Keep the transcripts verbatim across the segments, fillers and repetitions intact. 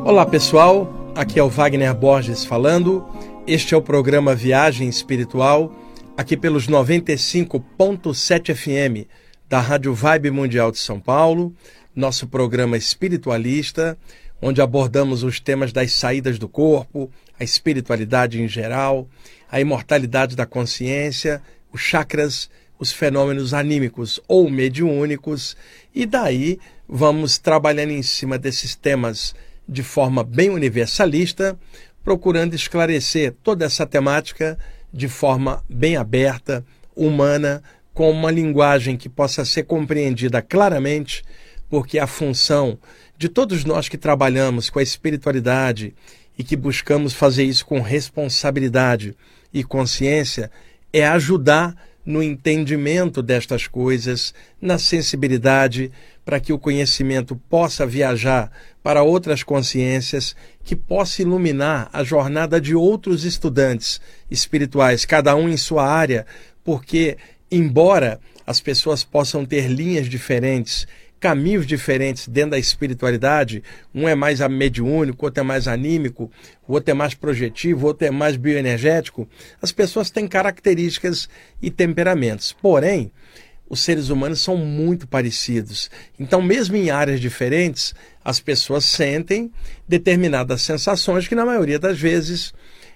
Olá pessoal, aqui é o Wagner Borges falando. Este é o programa Viagem Espiritual, aqui pelos noventa e cinco ponto sete F M da Rádio Vibe Mundial de São Paulo, nosso programa espiritualista, onde abordamos os temas das saídas do corpo, a espiritualidade em geral, a imortalidade da consciência, os chakras, os fenômenos anímicos ou mediúnicos, e daí vamos trabalhando em cima desses temas de forma bem universalista, procurando esclarecer toda essa temática de forma bem aberta, humana, com uma linguagem que possa ser compreendida claramente, porque a função de todos nós que trabalhamos com a espiritualidade e que buscamos fazer isso com responsabilidade e consciência é ajudar no entendimento destas coisas, na sensibilidade, para que o conhecimento possa viajar para outras consciências, que possa iluminar a jornada de outros estudantes espirituais, cada um em sua área, porque, embora as pessoas possam ter linhas diferentes, caminhos diferentes dentro da espiritualidade, um é mais mediúnico, outro é mais anímico, o outro é mais projetivo, o outro é mais bioenergético, as pessoas têm características e temperamentos. Porém, os seres humanos são muito parecidos. Então, mesmo em áreas diferentes, as pessoas sentem determinadas sensações que, na maioria das vezes,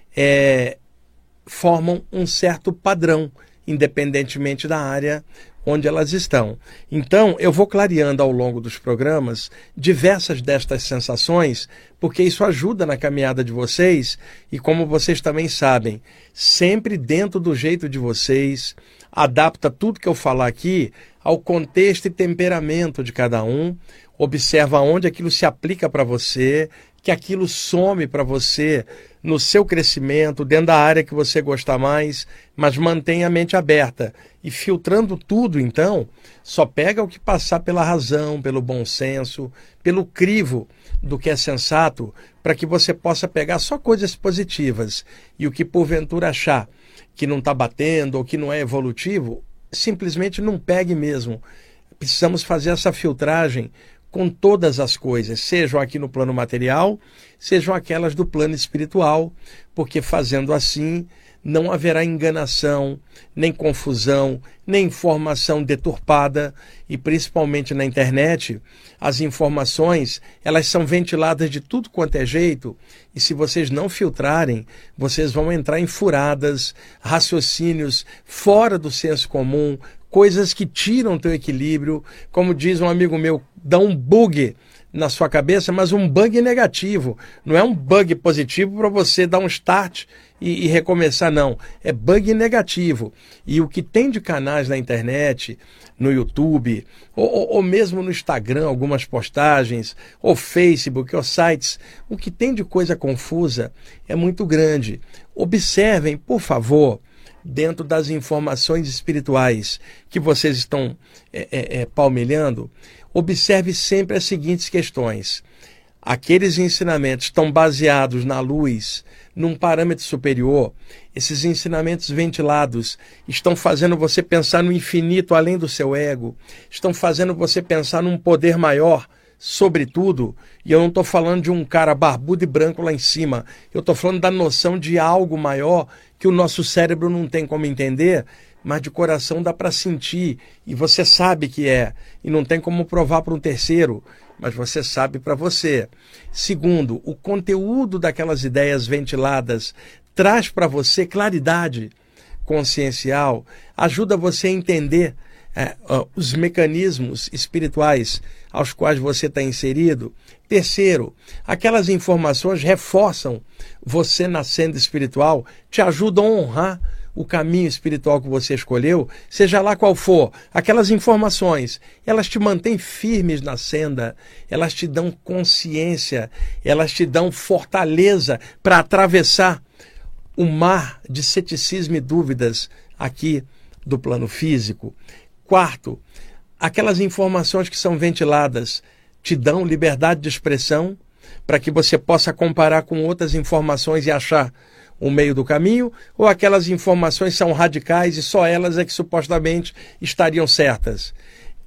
é, formam um certo padrão, independentemente da área onde elas estão. Então, eu vou clareando ao longo dos programas diversas destas sensações, porque isso ajuda na caminhada de vocês e, como vocês também sabem, sempre dentro do jeito de vocês, adapta tudo que eu falar aqui ao contexto e temperamento de cada um, observa onde aquilo se aplica para você, que aquilo some para você no seu crescimento, dentro da área que você gostar mais, mas mantenha a mente aberta. E filtrando tudo, então, só pega o que passar pela razão, pelo bom senso, pelo crivo do que é sensato, para que você possa pegar só coisas positivas. E o que porventura achar que não está batendo ou que não é evolutivo, simplesmente não pegue mesmo. Precisamos fazer essa filtragem com todas as coisas, sejam aqui no plano material, sejam aquelas do plano espiritual, porque fazendo assim não haverá enganação, nem confusão, nem informação deturpada, e principalmente na internet, as informações, elas são ventiladas de tudo quanto é jeito, e se vocês não filtrarem, vocês vão entrar em furadas, raciocínios fora do senso comum, coisas que tiram teu equilíbrio, como diz um amigo meu, dá um bug na sua cabeça, mas um bug negativo. Não é um bug positivo para você dar um start e, e recomeçar, não. É bug negativo. E o que tem de canais na internet, no YouTube, ou, ou, ou mesmo no Instagram, algumas postagens, ou Facebook, ou sites, o que tem de coisa confusa é muito grande. Observem, por favor, dentro das informações espirituais que vocês estão é, é, é, palmilhando, observe sempre as seguintes questões. Aqueles ensinamentos estão baseados na luz, num parâmetro superior. Esses ensinamentos ventilados estão fazendo você pensar no infinito além do seu ego, estão fazendo você pensar num poder maior, sobretudo, e eu não estou falando de um cara barbudo e branco lá em cima, eu estou falando da noção de algo maior que o nosso cérebro não tem como entender, mas de coração dá para sentir, e você sabe que é, e não tem como provar para um terceiro, mas você sabe para você. Segundo, o conteúdo daquelas ideias ventiladas traz para você claridade consciencial, ajuda você a entender É, uh, os mecanismos espirituais aos quais você está inserido. Terceiro, aquelas informações reforçam você na senda espiritual, te ajudam a honrar o caminho espiritual que você escolheu, seja lá qual for. Aquelas informações, elas te mantêm firmes na senda, elas te dão consciência, elas te dão fortaleza para atravessar o mar de ceticismo e dúvidas aqui do plano físico. Quarto, aquelas informações que são ventiladas te dão liberdade de expressão para que você possa comparar com outras informações e achar o meio do caminho, ou aquelas informações são radicais e só elas é que supostamente estariam certas.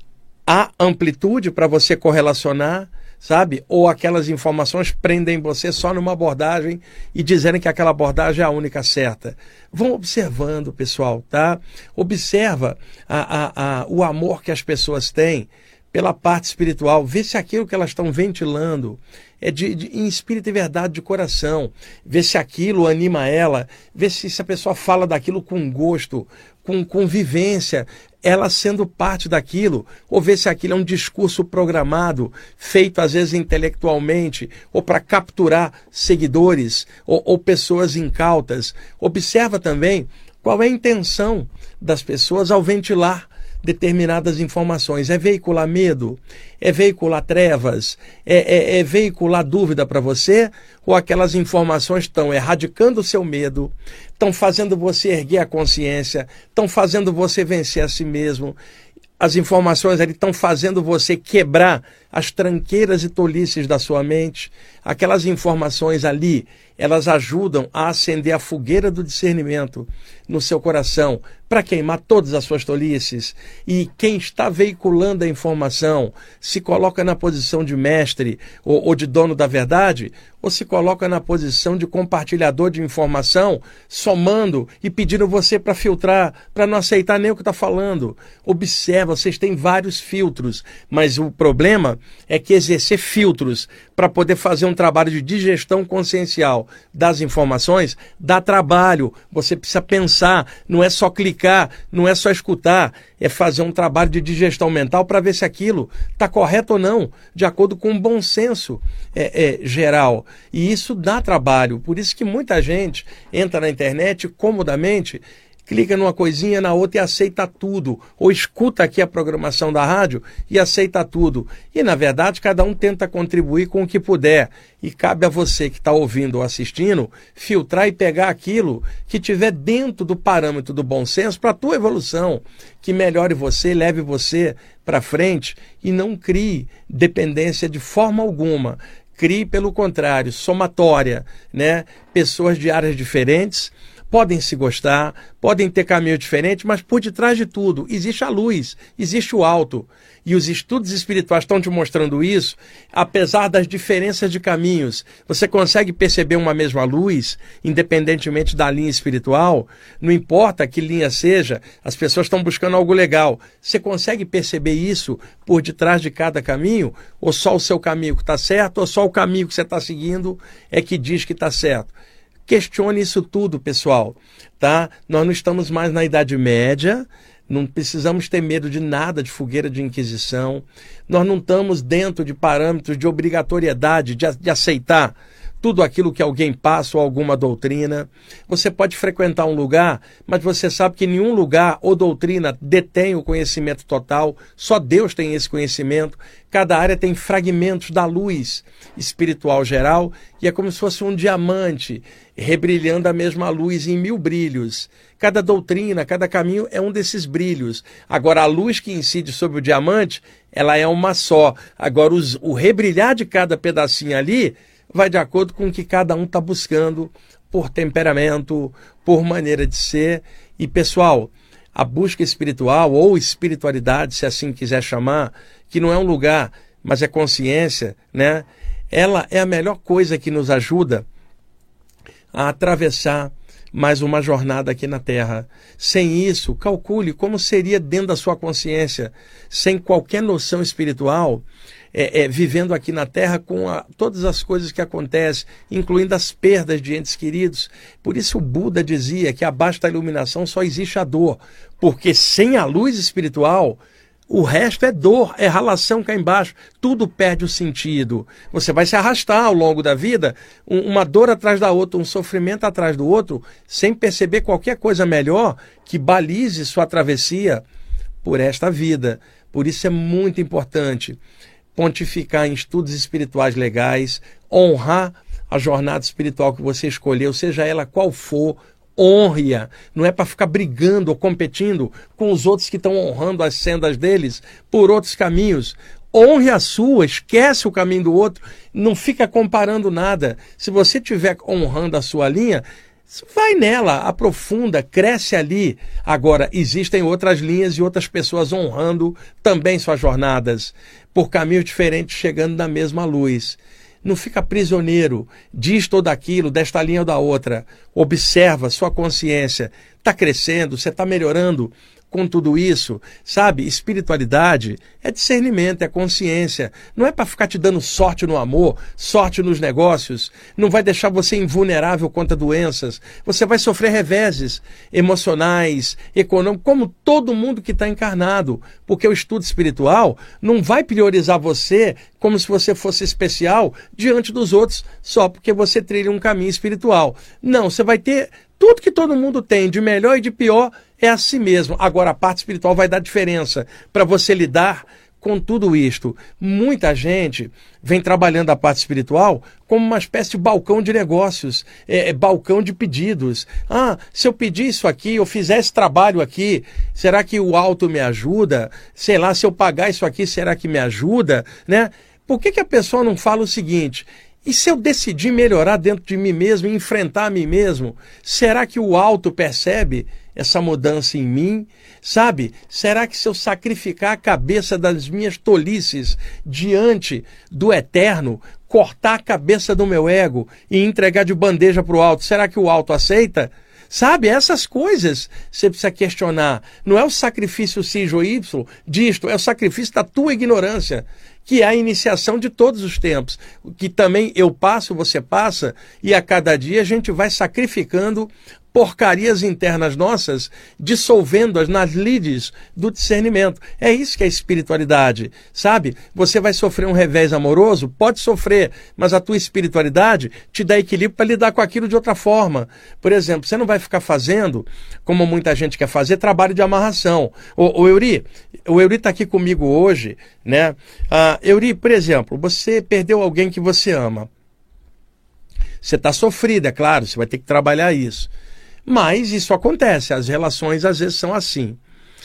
há amplitude para você correlacionar, sabe? Ou aquelas informações prendem você só numa abordagem e dizendo que aquela abordagem é a única certa. Vão observando, pessoal, tá? Observa a, a, a, o amor que as pessoas têm pela parte espiritual. Vê se aquilo que elas estão ventilando é de, de, em espírito e verdade de coração. Vê se aquilo anima ela. Vê se, se a pessoa fala daquilo com gosto, com convivência, ela sendo parte daquilo, ou ver se aquilo é um discurso programado, feito às vezes intelectualmente, ou para capturar seguidores, ou, ou pessoas incautas. Observa também qual é a intenção das pessoas ao ventilar determinadas informações. É veicular medo? É veicular trevas? É, é, é veicular dúvida para você? Ou aquelas informações estão erradicando o seu medo, estão fazendo você erguer a consciência, estão fazendo você vencer a si mesmo? As informações ali estão fazendo você quebrar as tranqueiras e tolices da sua mente. Aquelas informações ali, elas ajudam a acender a fogueira do discernimento no seu coração para queimar todas as suas tolices. E quem está veiculando a informação se coloca na posição de mestre ou, ou de dono da verdade, ou se coloca na posição de compartilhador de informação, somando e pedindo você para filtrar, para não aceitar nem o que está falando. Observa, vocês têm vários filtros, mas o problema é que exercer filtros para poder fazer um trabalho de digestão consciencial das informações dá trabalho. Você precisa pensar, não é só clicar, não é só escutar, é fazer um trabalho de digestão mental para ver se aquilo está correto ou não, de acordo com o bom senso é, é, geral. E isso dá trabalho, por isso que muita gente entra na internet comodamente, clica numa coisinha, na outra e aceita tudo. Ou escuta aqui a programação da rádio e aceita tudo. E, na verdade, cada um tenta contribuir com o que puder. E cabe a você que está ouvindo ou assistindo, filtrar e pegar aquilo que estiver dentro do parâmetro do bom senso para a tua evolução. Que melhore você, leve você para frente e não crie dependência de forma alguma. Crie, pelo contrário, somatória, né? Pessoas de áreas diferentes podem se gostar, podem ter caminhos diferentes, mas por detrás de tudo existe a luz, existe o alto. E os estudos espirituais estão te mostrando isso, apesar das diferenças de caminhos. Você consegue perceber uma mesma luz, independentemente da linha espiritual? Não importa que linha seja, as pessoas estão buscando algo legal. Você consegue perceber isso por detrás de cada caminho? Ou só o seu caminho que está certo, ou só o caminho que você está seguindo é que diz que está certo? Questione isso tudo, pessoal, tá? Nós não estamos mais na Idade Média, não precisamos ter medo de nada de fogueira de inquisição, nós não estamos dentro de parâmetros de obrigatoriedade de, de aceitar tudo aquilo que alguém passa ou alguma doutrina. Você pode frequentar um lugar, mas você sabe que nenhum lugar ou doutrina detém o conhecimento total, só Deus tem esse conhecimento. Cada área tem fragmentos da luz espiritual geral e é como se fosse um diamante rebrilhando a mesma luz em mil brilhos. Cada doutrina, cada caminho é um desses brilhos. Agora, a luz que incide sobre o diamante, ela é uma só. Agora, os, o rebrilhar de cada pedacinho ali vai de acordo com o que cada um está buscando por temperamento, por maneira de ser. E, pessoal, a busca espiritual ou espiritualidade, se assim quiser chamar, que não é um lugar, mas é consciência, né? Ela é a melhor coisa que nos ajuda a atravessar mais uma jornada aqui na Terra. Sem isso, calcule como seria dentro da sua consciência, sem qualquer noção espiritual, é, é, vivendo aqui na Terra com a, todas as coisas que acontecem, incluindo as perdas de entes queridos. Por isso o Buda dizia que abaixo da iluminação só existe a dor, porque sem a luz espiritual, o resto é dor, é ralação cá embaixo, tudo perde o sentido. Você vai se arrastar ao longo da vida, uma dor atrás da outra, um sofrimento atrás do outro, sem perceber qualquer coisa melhor que balize sua travessia por esta vida. Por isso é muito importante pontificar em estudos espirituais legais, honrar a jornada espiritual que você escolheu, seja ela qual for, honre-a. Não é para ficar brigando ou competindo com os outros que estão honrando as sendas deles por outros caminhos. Honre a sua, esquece o caminho do outro, não fica comparando nada. Se você estiver honrando a sua linha, vai nela, aprofunda, cresce ali. Agora, existem outras linhas e outras pessoas honrando também suas jornadas, por caminhos diferentes, chegando na mesma luz. Não fica prisioneiro disto ou daquilo, desta linha ou da outra. Observa sua consciência. Está crescendo, você está melhorando com tudo isso, sabe? Espiritualidade é discernimento, é consciência. Não é para ficar te dando sorte no amor, sorte nos negócios. Não vai deixar você invulnerável contra doenças. Você vai sofrer reveses emocionais, econômicos, como todo mundo que está encarnado. Porque o estudo espiritual não vai priorizar você como se você fosse especial diante dos outros, só porque você trilha um caminho espiritual. Não, você vai ter tudo que todo mundo tem, de melhor e de pior, é a si mesmo. Agora, a parte espiritual vai dar diferença para você lidar com tudo isto. Muita gente vem trabalhando a parte espiritual como uma espécie de balcão de negócios, é, é, balcão de pedidos. Ah, se eu pedir isso aqui, eu fizer esse trabalho aqui, será que o alto me ajuda? Sei lá, se eu pagar isso aqui, será que me ajuda? Né? Por que que a pessoa não fala o seguinte: e se eu decidir melhorar dentro de mim mesmo e enfrentar a mim mesmo, será que o alto percebe essa mudança em mim? Sabe? Será que se eu sacrificar a cabeça das minhas tolices diante do eterno, cortar a cabeça do meu ego e entregar de bandeja para o alto, será que o alto aceita? Sabe, essas coisas você precisa questionar. Não é o sacrifício X ou Y disto, é o sacrifício da tua ignorância, que é a iniciação de todos os tempos, que também eu passo, você passa, e a cada dia a gente vai sacrificando porcarias internas nossas, dissolvendo-as nas lides do discernimento. É isso que é espiritualidade, sabe? Você vai sofrer um revés amoroso? Pode sofrer, mas a tua espiritualidade te dá equilíbrio para lidar com aquilo de outra forma. Por exemplo, você não vai ficar fazendo, como muita gente quer fazer, trabalho de amarração. O, o Euri, o Euri está aqui comigo hoje, né? Ah, Euri, por exemplo, você perdeu alguém que você ama. Você está sofrido, é claro, você vai ter que trabalhar isso. Mas isso acontece, as relações às vezes são assim.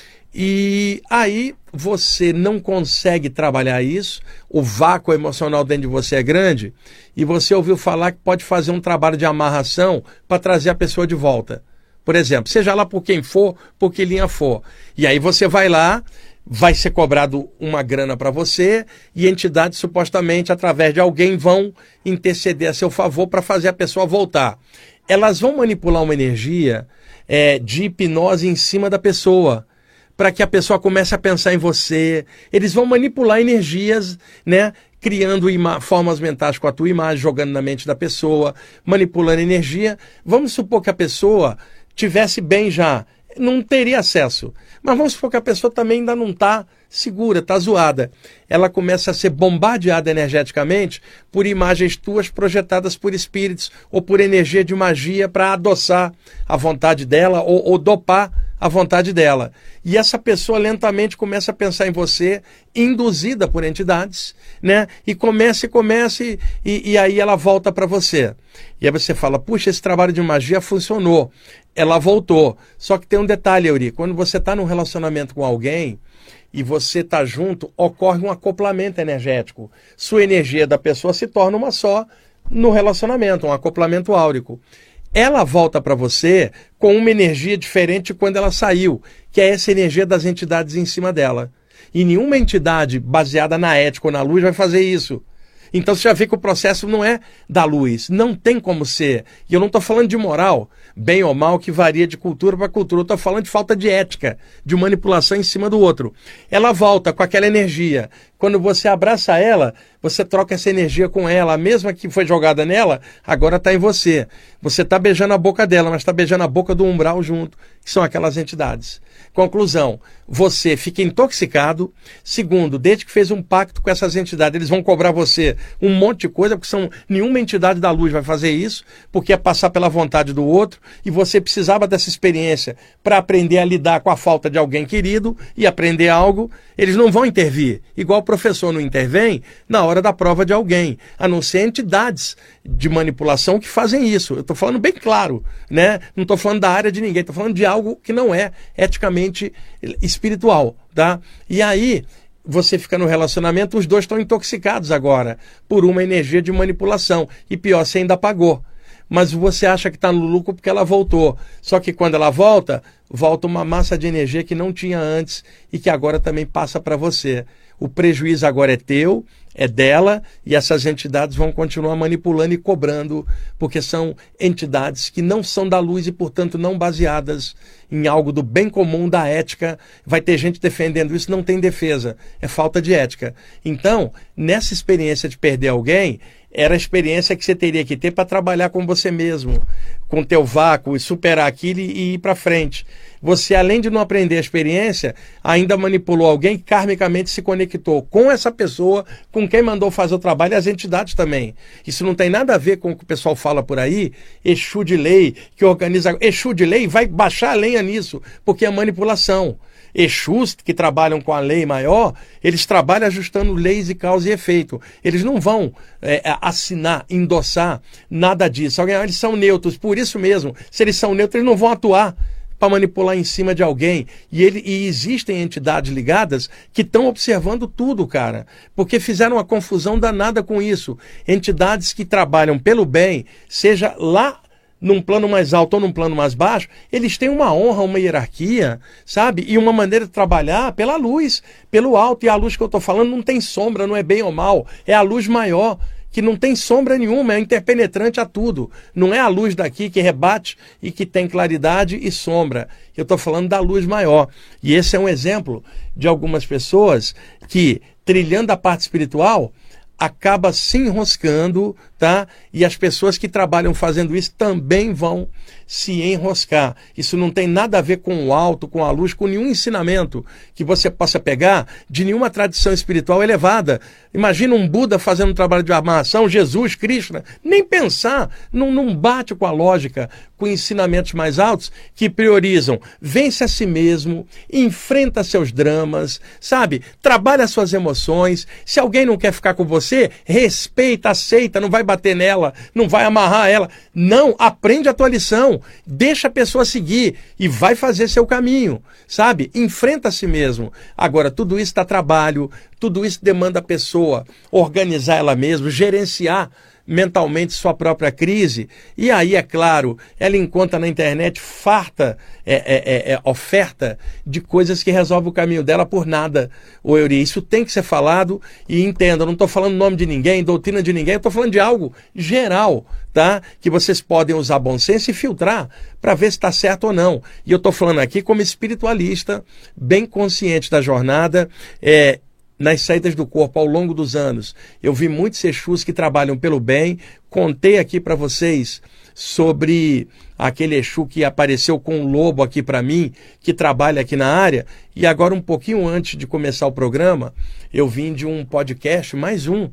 E aí você não consegue trabalhar isso, o vácuo emocional dentro de você é grande, e você ouviu falar que pode fazer um trabalho de amarração para trazer a pessoa de volta. Por exemplo, seja lá por quem for, por que linha for. E aí você vai lá, vai ser cobrado uma grana para você, e entidades supostamente, através de alguém, vão interceder a seu favor para fazer a pessoa voltar. Elas vão manipular uma energia é, de hipnose em cima da pessoa, para que a pessoa comece a pensar em você. Eles vão manipular energias, né, criando formas mentais com a tua imagem, jogando na mente da pessoa, manipulando energia. Vamos supor que a pessoa tivesse bem já, não teria acesso. Mas vamos supor que a pessoa também ainda não está segura, está zoada. Ela começa a ser bombardeada energeticamente por imagens tuas projetadas por espíritos ou por energia de magia para adoçar a vontade dela ou, ou dopar a vontade dela. E essa pessoa lentamente começa a pensar em você, induzida por entidades, né? E começa e começa e, e, e aí ela volta para você. E aí você fala, puxa, esse trabalho de magia funcionou. Ela voltou. Só que tem um detalhe, Euri, quando você está num relacionamento com alguém e você está junto, ocorre um acoplamento energético. Sua energia da pessoa se torna uma só no relacionamento, um acoplamento áurico. Ela volta para você com uma energia diferente de quando ela saiu, que é essa energia das entidades em cima dela. E nenhuma entidade baseada na ética ou na luz vai fazer isso. Então você já vê que o processo não é da luz, não tem como ser. E eu não estou falando de moral, bem ou mal, que varia de cultura para cultura. Eu estou falando de falta de ética, de manipulação em cima do outro. Ela volta com aquela energia. Quando você abraça ela, você troca essa energia com ela. A mesma que foi jogada nela, agora está em você. Você está beijando a boca dela, mas está beijando a boca do umbral junto, que são aquelas entidades. Conclusão, você fica intoxicado. Segundo, desde que fez um pacto com essas entidades, eles vão cobrar você um monte de coisa, porque são, nenhuma entidade da luz vai fazer isso, porque é passar pela vontade do outro, e você precisava dessa experiência para aprender a lidar com a falta de alguém querido e aprender algo. Eles não vão intervir, igual o professor não intervém na hora da prova de alguém, a não ser entidades de manipulação que fazem isso. Eu estou falando bem claro, né? Não estou falando da área de ninguém, estou falando de algo que não é eticamente espiritual, tá? E aí você fica no relacionamento, os dois estão intoxicados agora por uma energia de manipulação. E pior, você ainda pagou. mas você acha que está no lucro porque ela voltou. Só que quando ela volta, volta uma massa de energia que não tinha antes e que agora também passa para você. O prejuízo agora é teu, é dela, e essas entidades vão continuar manipulando e cobrando, porque são entidades que não são da luz e, portanto, não baseadas em algo do bem comum, da ética. Vai ter gente defendendo isso, não tem defesa, é falta de ética. Então, nessa experiência de perder alguém, era a experiência que você teria que ter para trabalhar com você mesmo, com o teu vácuo, e superar aquilo e ir para frente. Você, além de não aprender a experiência, ainda manipulou alguém que karmicamente se conectou com essa pessoa, com quem mandou fazer o trabalho, e as entidades também. Isso não tem nada a ver com o que o pessoal fala por aí, Exu de lei, que organiza... Exu de lei vai baixar a lenha nisso, porque é manipulação. Exus que trabalham com a lei maior, eles trabalham ajustando leis e causa e efeito. Eles não vão é, assinar, endossar nada disso. Eles são neutros, por isso mesmo. Se eles são neutros, eles não vão atuar para manipular em cima de alguém. E, ele, e existem entidades ligadas que estão observando tudo, cara. Porque fizeram uma confusão danada com isso. Entidades que trabalham pelo bem, seja lá num plano mais alto ou num plano mais baixo, eles têm uma honra, uma hierarquia, sabe? E uma maneira de trabalhar pela luz, pelo alto. E a luz que eu estou falando não tem sombra, não é bem ou mal. É a luz maior, que não tem sombra nenhuma, é interpenetrante a tudo. Não é a luz daqui que rebate e que tem claridade e sombra. Eu estou falando da luz maior. E esse é um exemplo de algumas pessoas que, trilhando a parte espiritual, acaba se enroscando, tá? E as pessoas que trabalham fazendo isso também vão se enroscar. Isso não tem nada a ver com o alto, com a luz, com nenhum ensinamento que você possa pegar de nenhuma tradição espiritual elevada. Imagina um Buda fazendo um trabalho de armação, Jesus, Krishna, nem pensar, não, não bate com a lógica, com ensinamentos mais altos que priorizam, vence a si mesmo, enfrenta seus dramas, sabe? Trabalha suas emoções. Se alguém não quer ficar com você, respeita, aceita, não vai bater nela, não vai amarrar ela. Não, aprende a tua lição, deixa a pessoa seguir e vai fazer seu caminho, sabe? Enfrenta a si mesmo. Agora, tudo isso dá trabalho, tudo isso demanda a pessoa organizar ela mesma, gerenciar mentalmente sua própria crise, e aí, é claro, ela encontra na internet farta é, é, é, oferta de coisas que resolvem o caminho dela por nada. Ô Euri, isso tem que ser falado, e entenda, eu não estou falando nome de ninguém, doutrina de ninguém, eu estou falando de algo geral, tá? Que vocês podem usar bom senso e filtrar para ver se está certo ou não. E eu estou falando aqui como espiritualista, bem consciente da jornada, é, nas saídas do corpo ao longo dos anos. Eu vi muitos Exus que trabalham pelo bem. Contei aqui para vocês sobre aquele Exu que apareceu com um lobo aqui para mim, que trabalha aqui na área. E agora, um pouquinho antes de começar o programa, eu vim de um podcast, mais um,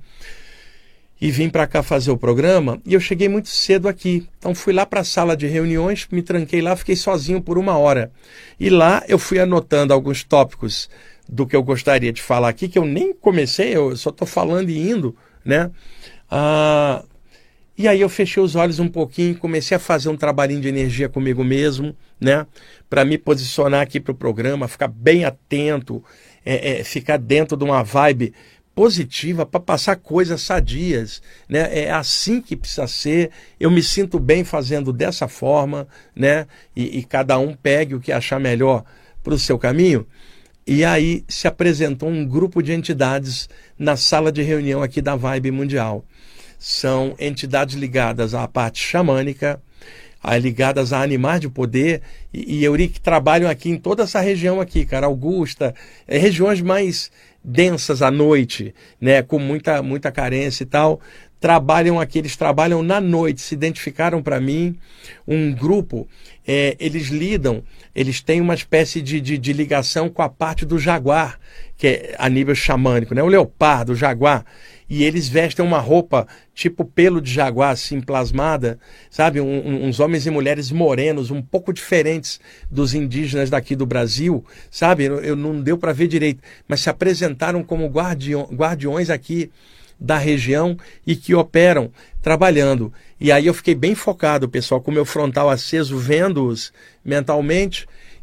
e vim para cá fazer o programa, e eu cheguei muito cedo aqui. Então fui lá para a sala de reuniões, me tranquei lá, fiquei sozinho por uma hora. E lá eu fui anotando alguns tópicos do que eu gostaria de falar aqui, que eu nem comecei, eu só estou falando e indo, né? Ah, e aí eu fechei os olhos um pouquinho, comecei a fazer um trabalhinho de energia comigo mesmo, né? Para me posicionar aqui para o programa, ficar bem atento, é, é, ficar dentro de uma vibe positiva para passar coisas sadias, né? É assim que precisa ser. Eu me sinto bem fazendo dessa forma, né? E, e cada um pegue o que achar melhor para o seu caminho. E aí se apresentou um grupo de entidades na sala de reunião aqui da Vibe Mundial. São entidades ligadas à parte xamânica, ligadas a animais de poder, e, e Euri, que trabalham aqui em toda essa região aqui, cara, Augusta, é, regiões mais densas à noite, né, com muita, muita carência e tal. Trabalham aqui, eles trabalham na noite, se identificaram para mim, um grupo, é, eles lidam, eles têm uma espécie de, de, de ligação com a parte do jaguar, que é a nível xamânico, né? O leopardo, o jaguar, e eles vestem uma roupa tipo pelo de jaguar, assim, plasmada, sabe? Um, um, uns homens e mulheres morenos, um pouco diferentes dos indígenas daqui do Brasil, sabe? Eu, eu não deu para ver direito, mas se apresentaram como guardião, guardiões aqui da região e que operam trabalhando. E aí eu fiquei bem focado, pessoal, com o meu frontal aceso, vendo-os mentalmente,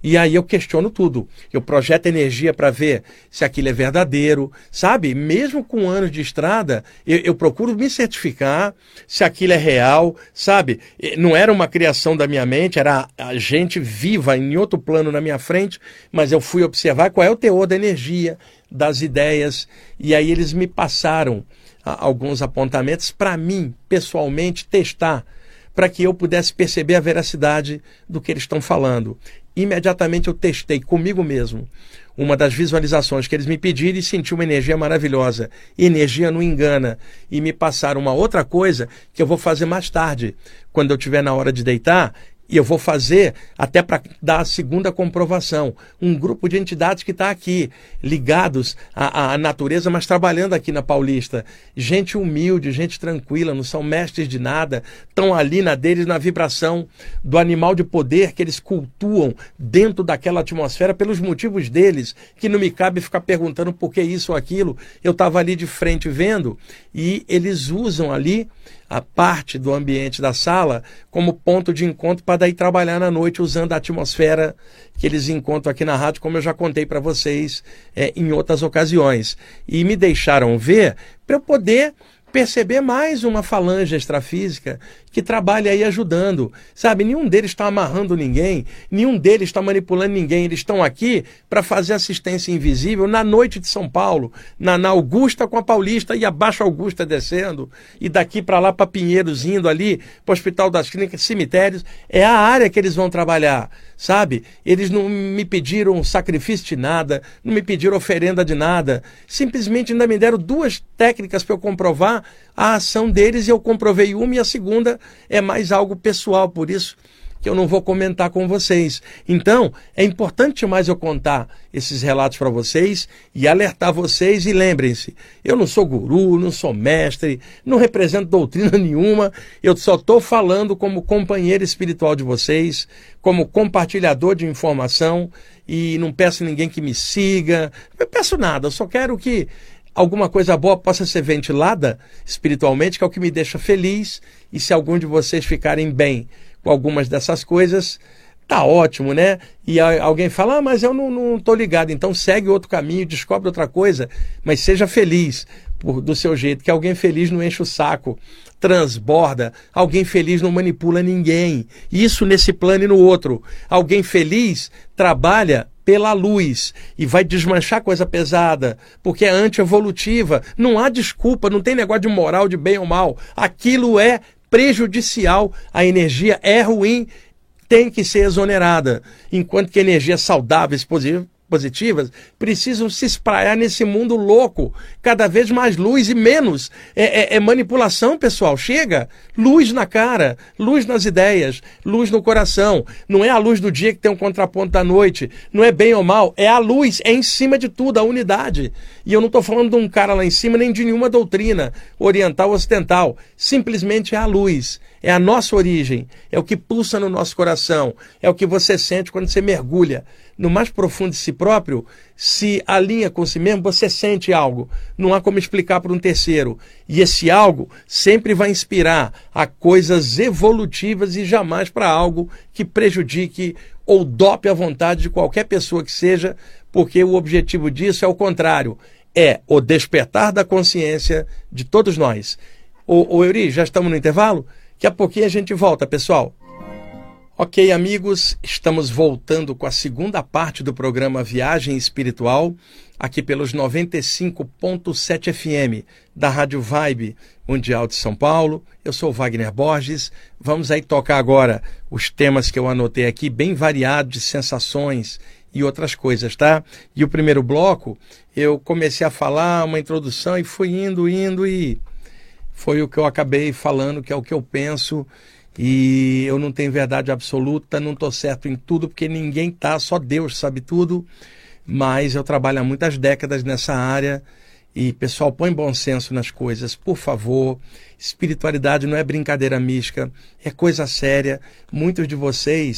E aí eu questiono tudo. Eu projeto energia para ver se aquilo é verdadeiro, sabe? Mesmo com anos de estrada, eu, eu procuro me certificar se aquilo é real, sabe? Não era uma criação da minha mente, era a gente viva em outro plano na minha frente, mas eu fui observar qual é o teor da energia, das ideias, e aí eles me passaram a, alguns apontamentos para mim, pessoalmente, testar, para que eu pudesse perceber a veracidade do que eles estão falando. Imediatamente eu testei comigo mesmo uma das visualizações que eles me pediram e senti uma energia maravilhosa. Energia não engana. E me passaram uma outra coisa que eu vou fazer mais tarde, quando eu estiver na hora de deitar. E eu vou fazer até para dar a segunda comprovação. Um grupo de entidades que está aqui, ligados à, à natureza, mas trabalhando aqui na Paulista. Gente humilde, gente tranquila, não são mestres de nada. Estão ali na deles, na vibração do animal de poder que eles cultuam dentro daquela atmosfera pelos motivos deles, que não me cabe ficar perguntando por que isso ou aquilo. Eu estava ali de frente vendo e eles usam ali a parte do ambiente da sala como ponto de encontro para daí trabalhar na noite usando a atmosfera que eles encontram aqui na rádio, como eu já contei para vocês é, em outras ocasiões. E me deixaram ver para eu poder perceber mais uma falange extrafísica que trabalha aí ajudando. Sabe, nenhum deles está amarrando ninguém, nenhum deles está manipulando ninguém. Eles estão aqui para fazer assistência invisível na noite de São Paulo, na, na Augusta com a Paulista e abaixo Augusta descendo, e daqui para lá para Pinheiros indo ali, para o Hospital das Clínicas, cemitérios. É a área que eles vão trabalhar, sabe? Eles não me pediram sacrifício de nada, não me pediram oferenda de nada, simplesmente ainda me deram duas técnicas para eu comprovar a ação deles, e eu comprovei uma, e a segunda é mais algo pessoal, por isso que eu não vou comentar com vocês. Então, é importante demais eu contar esses relatos para vocês e alertar vocês. E lembrem-se, eu não sou guru, não sou mestre, não represento doutrina nenhuma, eu só estou falando como companheiro espiritual de vocês, como compartilhador de informação, e não peço a ninguém que me siga, não peço nada, eu só quero que alguma coisa boa possa ser ventilada espiritualmente, que é o que me deixa feliz. E se algum de vocês ficarem bem com algumas dessas coisas, tá ótimo, né? E alguém fala, ah, mas eu não, não tô ligado. Então segue outro caminho, descobre outra coisa, mas seja feliz por, do seu jeito, que alguém feliz não enche o saco, transborda. Alguém feliz não manipula ninguém. Isso nesse plano e no outro. Alguém feliz trabalha pela luz e vai desmanchar coisa pesada, porque é anti-evolutiva. Não há desculpa, não tem negócio de moral, de bem ou mal. Aquilo é prejudicial, a energia é ruim, tem que ser exonerada. Enquanto que energias saudáveis, positivas, precisam se espraiar nesse mundo louco. Cada vez mais luz e menos é, é, é manipulação, pessoal. Chega, luz na cara, luz nas ideias, luz no coração. Não é a luz do dia que tem um contraponto da noite. Não é bem ou mal, é a luz, é em cima de tudo, a unidade. E eu não estou falando de um cara lá em cima, nem de nenhuma doutrina oriental ou ocidental. Simplesmente é a luz. É a nossa origem, é o que pulsa no nosso coração, é o que você sente quando você mergulha no mais profundo de si próprio, se alinha com si mesmo, você sente algo. Não há como explicar para um terceiro. E esse algo sempre vai inspirar a coisas evolutivas e jamais para algo que prejudique ou dope a vontade de qualquer pessoa que seja, porque o objetivo disso é o contrário, é o despertar da consciência de todos nós. Ô, ô Euri, já estamos no intervalo? Daqui a pouquinho a gente volta, pessoal. Ok, amigos, estamos voltando com a segunda parte do programa Viagem Espiritual, aqui pelos noventa e cinco ponto sete F M da Rádio Vibe Mundial de São Paulo. Eu sou Wagner Borges. Vamos aí tocar agora os temas que eu anotei aqui, bem variados, de sensações e outras coisas, tá? E o primeiro bloco, eu comecei a falar uma introdução e fui indo, indo e foi o que eu acabei falando, que é o que eu penso, e eu não tenho verdade absoluta, não estou certo em tudo, porque ninguém tá, só Deus sabe tudo, mas eu trabalho há muitas décadas nessa área, e pessoal, põe bom senso nas coisas, por favor. Espiritualidade não é brincadeira mística, é coisa séria. Muitos de vocês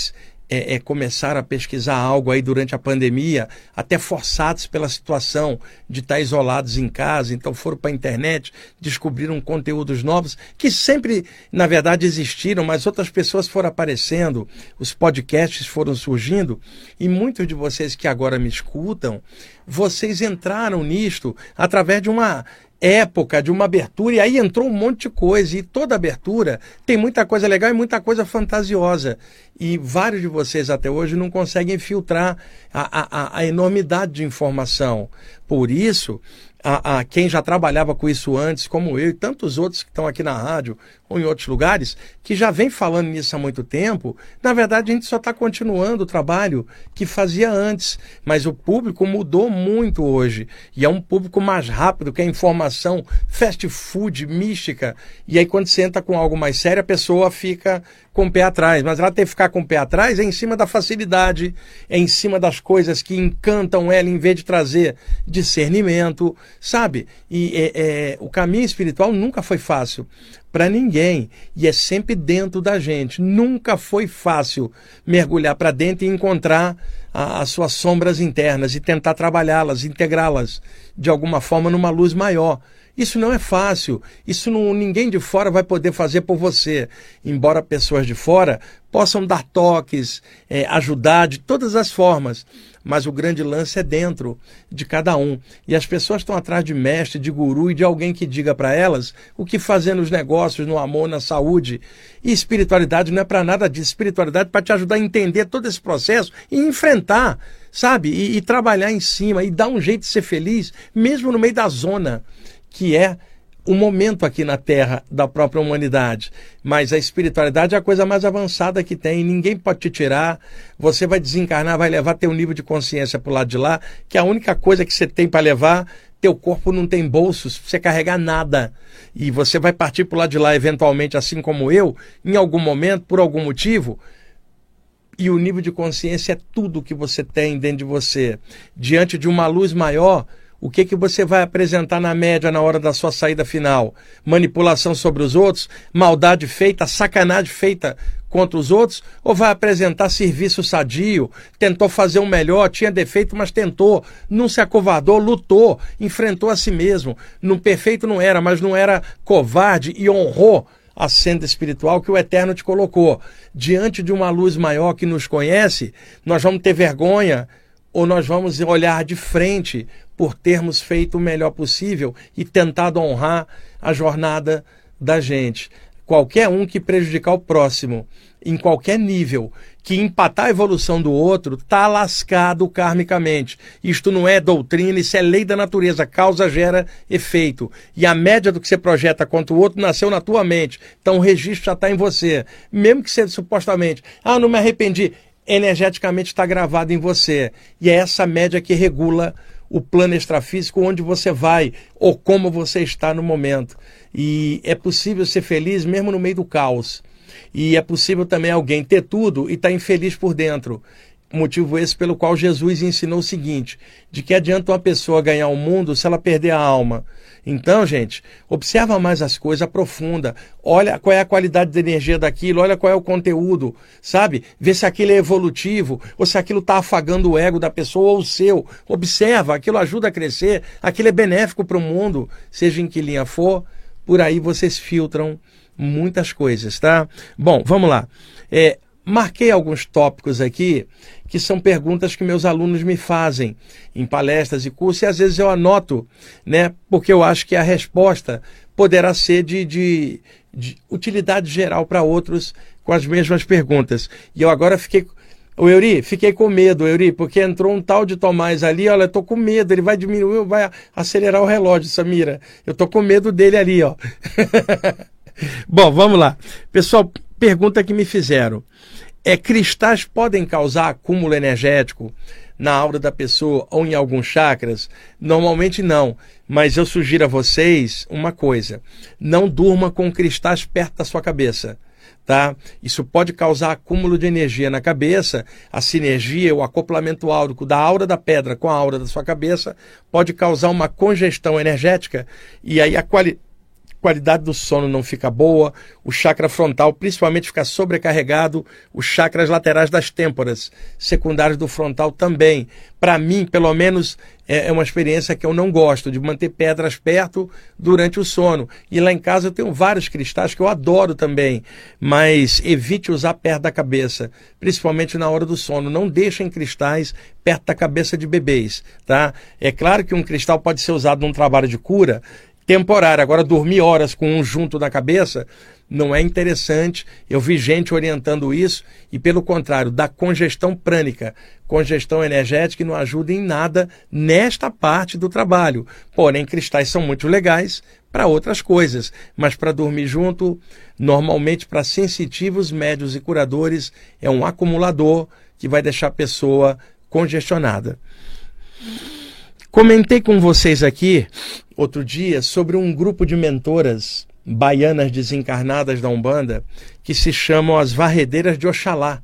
é, é, começaram a pesquisar algo aí durante a pandemia, até forçados pela situação de estar isolados em casa, então foram para a internet, descobriram conteúdos novos, que sempre, na verdade, existiram, mas outras pessoas foram aparecendo, os podcasts foram surgindo, e muitos de vocês que agora me escutam, vocês entraram nisto através de uma época, de uma abertura, e aí entrou um monte de coisa, e toda abertura tem muita coisa legal e muita coisa fantasiosa, e vários de vocês até hoje não conseguem filtrar a, a, a enormidade de informação. Por isso, a, a quem já trabalhava com isso antes, como eu e tantos outros que estão aqui na rádio ou em outros lugares, que já vem falando nisso há muito tempo, na verdade a gente só está continuando o trabalho que fazia antes, mas o público mudou muito hoje, e é um público mais rápido, que é informação fast food, mística, e aí quando você entra com algo mais sério, a pessoa fica com o pé atrás, mas ela tem que ficar com o pé atrás é em cima da facilidade, é em cima das coisas que encantam ela, em vez de trazer discernimento, sabe? E é, é, o caminho espiritual nunca foi fácil para ninguém, e é sempre dentro da gente. Nunca foi fácil mergulhar para dentro e encontrar a, as suas sombras internas e tentar trabalhá-las, integrá-las de alguma forma numa luz maior. Isso não é fácil, isso não, ninguém de fora vai poder fazer por você, embora pessoas de fora possam dar toques, é, ajudar de todas as formas, mas o grande lance é dentro de cada um. E as pessoas estão atrás de mestre, de guru e de alguém que diga para elas o que fazer nos negócios, no amor, na saúde. E espiritualidade não é para nada disso, espiritualidade é para te ajudar a entender todo esse processo e enfrentar, sabe? E, e trabalhar em cima e dar um jeito de ser feliz, mesmo no meio da zona que é o momento aqui na Terra da própria humanidade. Mas a espiritualidade é a coisa mais avançada que tem, ninguém pode te tirar, você vai desencarnar, vai levar teu nível de consciência para o lado de lá, que a única coisa que você tem para levar, teu corpo não tem bolsos para você carregar nada, e você vai partir para o lado de lá eventualmente, assim como eu, em algum momento, por algum motivo, e o nível de consciência é tudo que você tem dentro de você, diante de uma luz maior. O que que você vai apresentar na média na hora da sua saída final? Manipulação sobre os outros? Maldade feita? Sacanagem feita contra os outros? Ou vai apresentar serviço sadio? Tentou fazer o melhor, tinha defeito, mas tentou. Não se acovardou, lutou, enfrentou a si mesmo. No perfeito não era, mas não era covarde e honrou a senda espiritual que o Eterno te colocou. Diante de uma luz maior que nos conhece, nós vamos ter vergonha ou nós vamos olhar de frente por termos feito o melhor possível e tentado honrar a jornada da gente. Qualquer um que prejudicar o próximo, em qualquer nível, que empatar a evolução do outro, está lascado karmicamente. Isto não é doutrina, isso é lei da natureza, causa gera efeito. E a média do que você projeta contra o outro nasceu na tua mente, então o registro já está em você. Mesmo que você supostamente, ah, não me arrependi, energeticamente está gravado em você. E é essa média que regula o plano extrafísico, onde você vai ou como você está no momento. E é possível ser feliz mesmo no meio do caos. E é possível também alguém ter tudo e estar infeliz por dentro. Motivo esse pelo qual Jesus ensinou o seguinte, de que adianta uma pessoa ganhar o mundo se ela perder a alma. Então, gente, observa mais as coisas, aprofunda, olha qual é a qualidade da energia daquilo, olha qual é o conteúdo, sabe? Vê se aquilo é evolutivo, ou se aquilo está afagando o ego da pessoa ou o seu. Observa, aquilo ajuda a crescer, aquilo é benéfico para o mundo, seja em que linha for, por aí vocês filtram muitas coisas, tá? Bom, vamos lá. É, marquei alguns tópicos aqui, que são perguntas que meus alunos me fazem em palestras e cursos, e às vezes eu anoto, né, porque eu acho que a resposta poderá ser de, de, de utilidade geral para outros com as mesmas perguntas. E eu agora fiquei... Ô Euri, fiquei com medo, Euri, porque entrou um tal de Tomás ali, olha, eu tô com medo, ele vai diminuir, vai acelerar o relógio, Samira. Eu tô com medo dele ali, ó. Bom, vamos lá. Pessoal, pergunta que me fizeram. É, cristais podem causar acúmulo energético na aura da pessoa ou em alguns chakras? Normalmente não, mas eu sugiro a vocês uma coisa. Não durma com cristais perto da sua cabeça, tá? Isso pode causar acúmulo de energia na cabeça. A sinergia, o acoplamento áurico da aura da pedra com a aura da sua cabeça pode causar uma congestão energética e aí a qualidade qualidade do sono não fica boa, o chakra frontal principalmente fica sobrecarregado, os chakras laterais das têmporas, secundários do frontal também. Para mim, pelo menos, é uma experiência que eu não gosto, de manter pedras perto durante o sono. E lá em casa eu tenho vários cristais que eu adoro também, mas evite usar perto da cabeça, principalmente na hora do sono. Não deixem cristais perto da cabeça de bebês, tá? É claro que um cristal pode ser usado num trabalho de cura temporário. Agora, dormir horas com um junto na cabeça não é interessante. Eu vi gente orientando isso e, pelo contrário, dá congestão prânica, congestão energética, e não ajuda em nada nesta parte do trabalho. Porém, cristais são muito legais para outras coisas, mas para dormir junto, normalmente para sensitivos, médios e curadores, é um acumulador que vai deixar a pessoa congestionada. Comentei com vocês aqui outro dia sobre um grupo de mentoras baianas desencarnadas da Umbanda que se chamam as Varredeiras de Oxalá.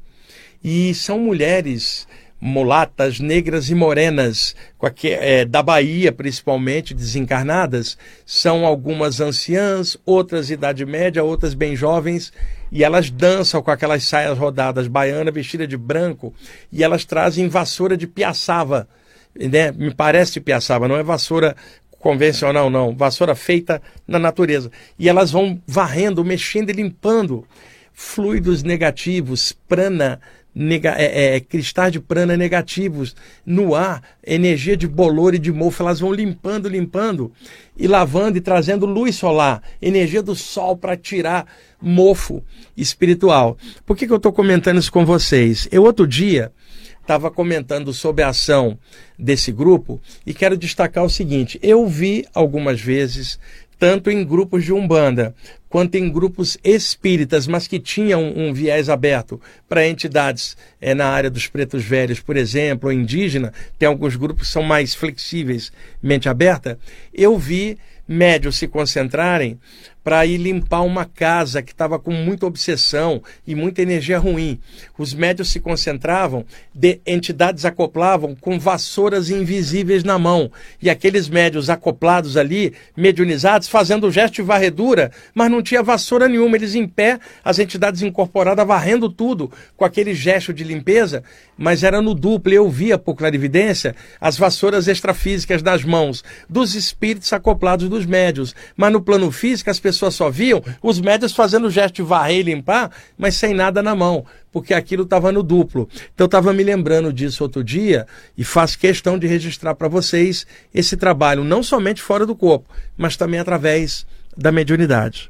E são mulheres mulatas, negras e morenas, é, da Bahia principalmente, desencarnadas. São algumas anciãs, outras idade média, outras bem jovens, e elas dançam com aquelas saias rodadas baianas, vestidas de branco, e elas trazem vassoura de piaçava, né? Me parece de piaçava, não é vassoura convencional não, vassoura feita na natureza. E elas vão varrendo, mexendo e limpando fluidos negativos, prana, nega, é, é, cristais de prana negativos no ar, energia de bolor e de mofo. Elas vão limpando, limpando e lavando e trazendo luz solar, energia do sol para tirar mofo espiritual. Por que que eu estou comentando isso com vocês? Eu outro dia estava comentando sobre a ação desse grupo e quero destacar o seguinte: eu vi algumas vezes, tanto em grupos de Umbanda quanto em grupos espíritas, mas que tinham um viés aberto para entidades é, na área dos pretos velhos, por exemplo, ou indígena, tem alguns grupos que são mais flexíveis, mente aberta. Eu vi médios se concentrarem para ir limpar uma casa que estava com muita obsessão e muita energia ruim. Os médios se concentravam, de entidades acoplavam com vassouras invisíveis na mão. E aqueles médios acoplados ali, mediunizados, fazendo o gesto de varredura, mas não tinha vassoura nenhuma. Eles em pé, as entidades incorporadas varrendo tudo com aquele gesto de limpeza, mas era no duplo. Eu via por clarividência as vassouras extrafísicas das mãos dos espíritos acoplados dos médios. Mas no plano físico as pessoas só viam os médios fazendo o gesto de varrer e limpar, mas sem nada na mão, porque aquilo estava no duplo. Então eu estava me lembrando disso outro dia e faço questão de registrar para vocês esse trabalho, não somente fora do corpo, mas também através da mediunidade.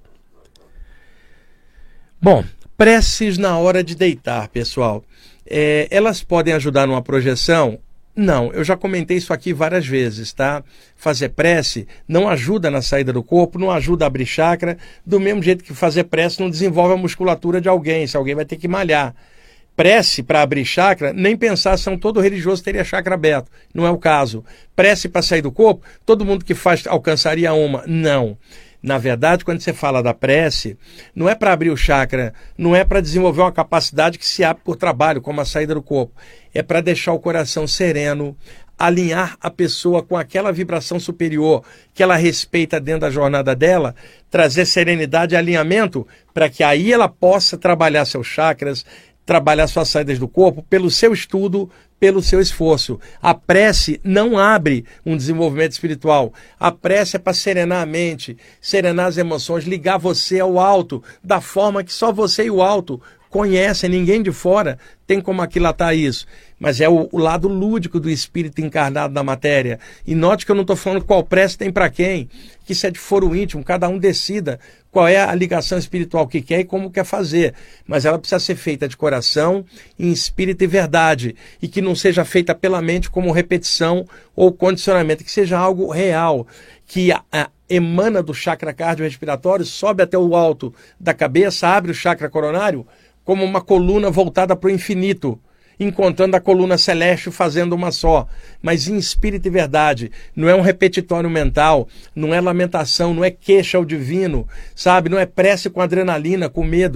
Bom, preces na hora de deitar, pessoal. É, elas podem ajudar numa projeção? Não, eu já comentei isso aqui várias vezes, tá? Fazer prece não ajuda na saída do corpo, não ajuda a abrir chakra, do mesmo jeito que fazer prece não desenvolve a musculatura de alguém, se alguém vai ter que malhar. Prece para abrir chakra, nem pensar se um todo religioso teria chakra aberto, não é o caso. Prece para sair do corpo, todo mundo que faz alcançaria uma, não. Na verdade, quando você fala da prece, não é para abrir o chakra, não é para desenvolver uma capacidade que se abre por trabalho, como a saída do corpo. É para deixar o coração sereno, alinhar a pessoa com aquela vibração superior que ela respeita dentro da jornada dela, trazer serenidade e alinhamento para que aí ela possa trabalhar seus chakras, trabalhar suas saídas do corpo pelo seu estudo, pelo seu esforço. A prece não abre um desenvolvimento espiritual. A prece é para serenar a mente, serenar as emoções, ligar você ao alto, da forma que só você e o alto conhecem, ninguém de fora tem como aquilatar isso. Mas é o, o lado lúdico do espírito encarnado na matéria. E note que eu não estou falando qual prece tem para quem, que isso é de foro íntimo, cada um decida qual é a ligação espiritual que quer e como quer fazer. Mas ela precisa ser feita de coração, em espírito e verdade. E que não seja feita pela mente como repetição ou condicionamento, que seja algo real, que a, a, emana do chakra cardiorrespiratório, sobe até o alto da cabeça, abre o chakra coronário, como uma coluna voltada para o infinito, encontrando a coluna celeste fazendo uma só, mas em espírito e verdade. Não é um repetitório mental, não é lamentação, não é queixa ao divino, sabe? Não é prece com adrenalina, com medo.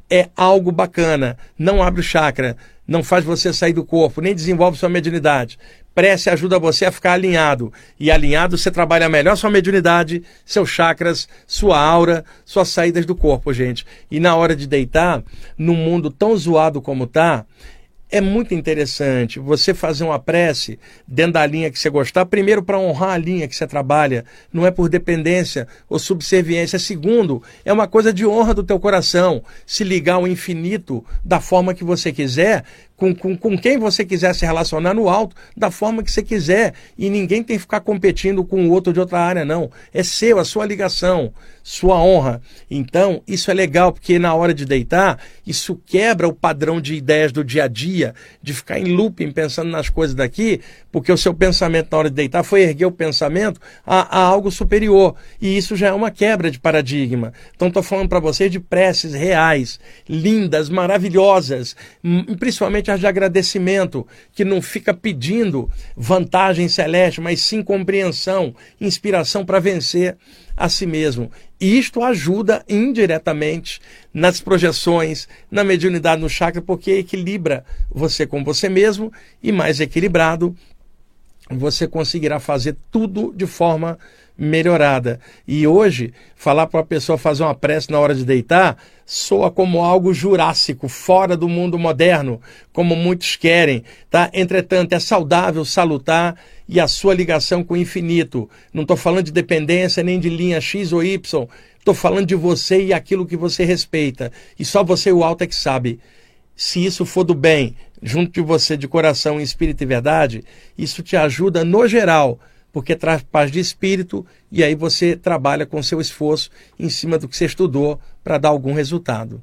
é algo bacana. Não abre o chakra, não faz você sair do corpo, nem desenvolve sua mediunidade. Prece ajuda você a ficar alinhado. E alinhado você trabalha melhor sua mediunidade, seus chakras, sua aura, suas saídas do corpo, gente. E na hora de deitar, num mundo tão zoado como tá, é muito interessante você fazer uma prece dentro da linha que você gostar. Primeiro, para honrar a linha que você trabalha. Não é por dependência ou subserviência. Segundo, é uma coisa de honra do teu coração. Se ligar ao infinito da forma que você quiser, com, com, com quem você quiser se relacionar no alto, da forma que você quiser. E ninguém tem que ficar competindo com o outro de outra área, não. É seu, a sua ligação, sua honra. Então, isso é legal, porque na hora de deitar, isso quebra o padrão de ideias do dia a dia, de ficar em looping pensando nas coisas daqui, porque o seu pensamento na hora de deitar foi erguer o pensamento a, a algo superior. E isso já é uma quebra de paradigma. Então, estou falando para vocês de preces reais, lindas, maravilhosas, principalmente as de agradecimento, que não fica pedindo vantagem celeste, mas sim compreensão, inspiração para vencer a si mesmo. E isto ajuda indiretamente nas projeções, na mediunidade, no chakra, porque equilibra você com você mesmo, e mais equilibrado, você conseguirá fazer tudo de forma melhorada. E hoje, falar para a pessoa fazer uma prece na hora de deitar soa como algo jurássico, fora do mundo moderno, como muitos querem, tá? Entretanto, é saudável, salutar, e a sua ligação com o infinito. Não estou falando de dependência, nem de linha X ou Y. Estou falando de você e aquilo que você respeita. E só você e o alto é que sabe. Se isso for do bem, junto de você, de coração, espírito e verdade, isso te ajuda no geral, porque traz paz de espírito, e aí você trabalha com seu esforço em cima do que você estudou para dar algum resultado.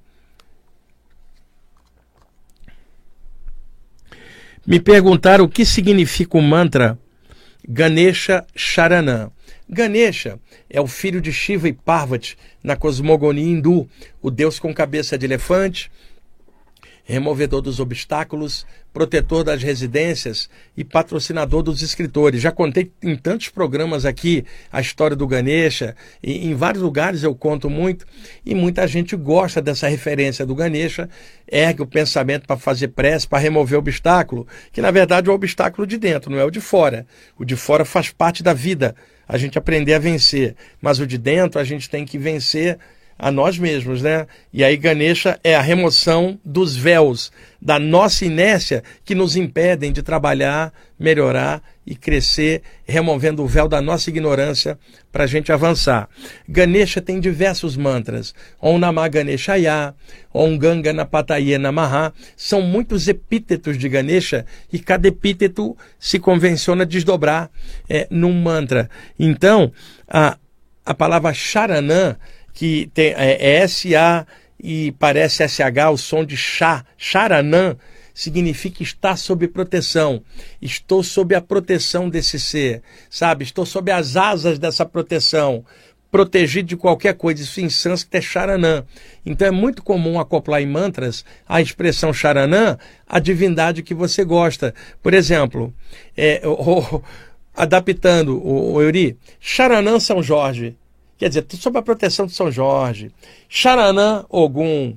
Me perguntaram o que significa o mantra Ganesha Charanam. Ganesha é o filho de Shiva e Parvati na cosmogonia hindu, o deus com cabeça de elefante, removedor dos obstáculos, protetor das residências e patrocinador dos escritores. Já contei em tantos programas aqui a história do Ganesha, e em vários lugares eu conto muito, e muita gente gosta dessa referência do Ganesha, ergue o pensamento para fazer prece, para remover o obstáculo, que na verdade é o obstáculo de dentro, não é o de fora. O de fora faz parte da vida, a gente aprender a vencer, mas o de dentro a gente tem que vencer a nós mesmos, né? E aí Ganesha é a remoção dos véus da nossa inércia que nos impedem de trabalhar, melhorar e crescer, removendo o véu da nossa ignorância para a gente avançar. Ganesha tem diversos mantras. Om Namah Ganeshaya, Om Ganganapataye Namaha. São muitos epítetos de Ganesha e cada epíteto se convenciona desdobrar é, num mantra. Então, a, a palavra Charanam, que tem, é, é S A e parece S H, o som de chá, Charanam, significa estar sob proteção. Estou sob a proteção desse ser, sabe? Estou sob as asas dessa proteção, protegido de qualquer coisa. Isso em sânscrito é Charanam. Então é muito comum acoplar em mantras a expressão Charanam à divindade que você gosta. Por exemplo, é, o, o, adaptando o, o Euri, Charanam São Jorge. Quer dizer, sob a proteção de São Jorge. Charanam Ogum.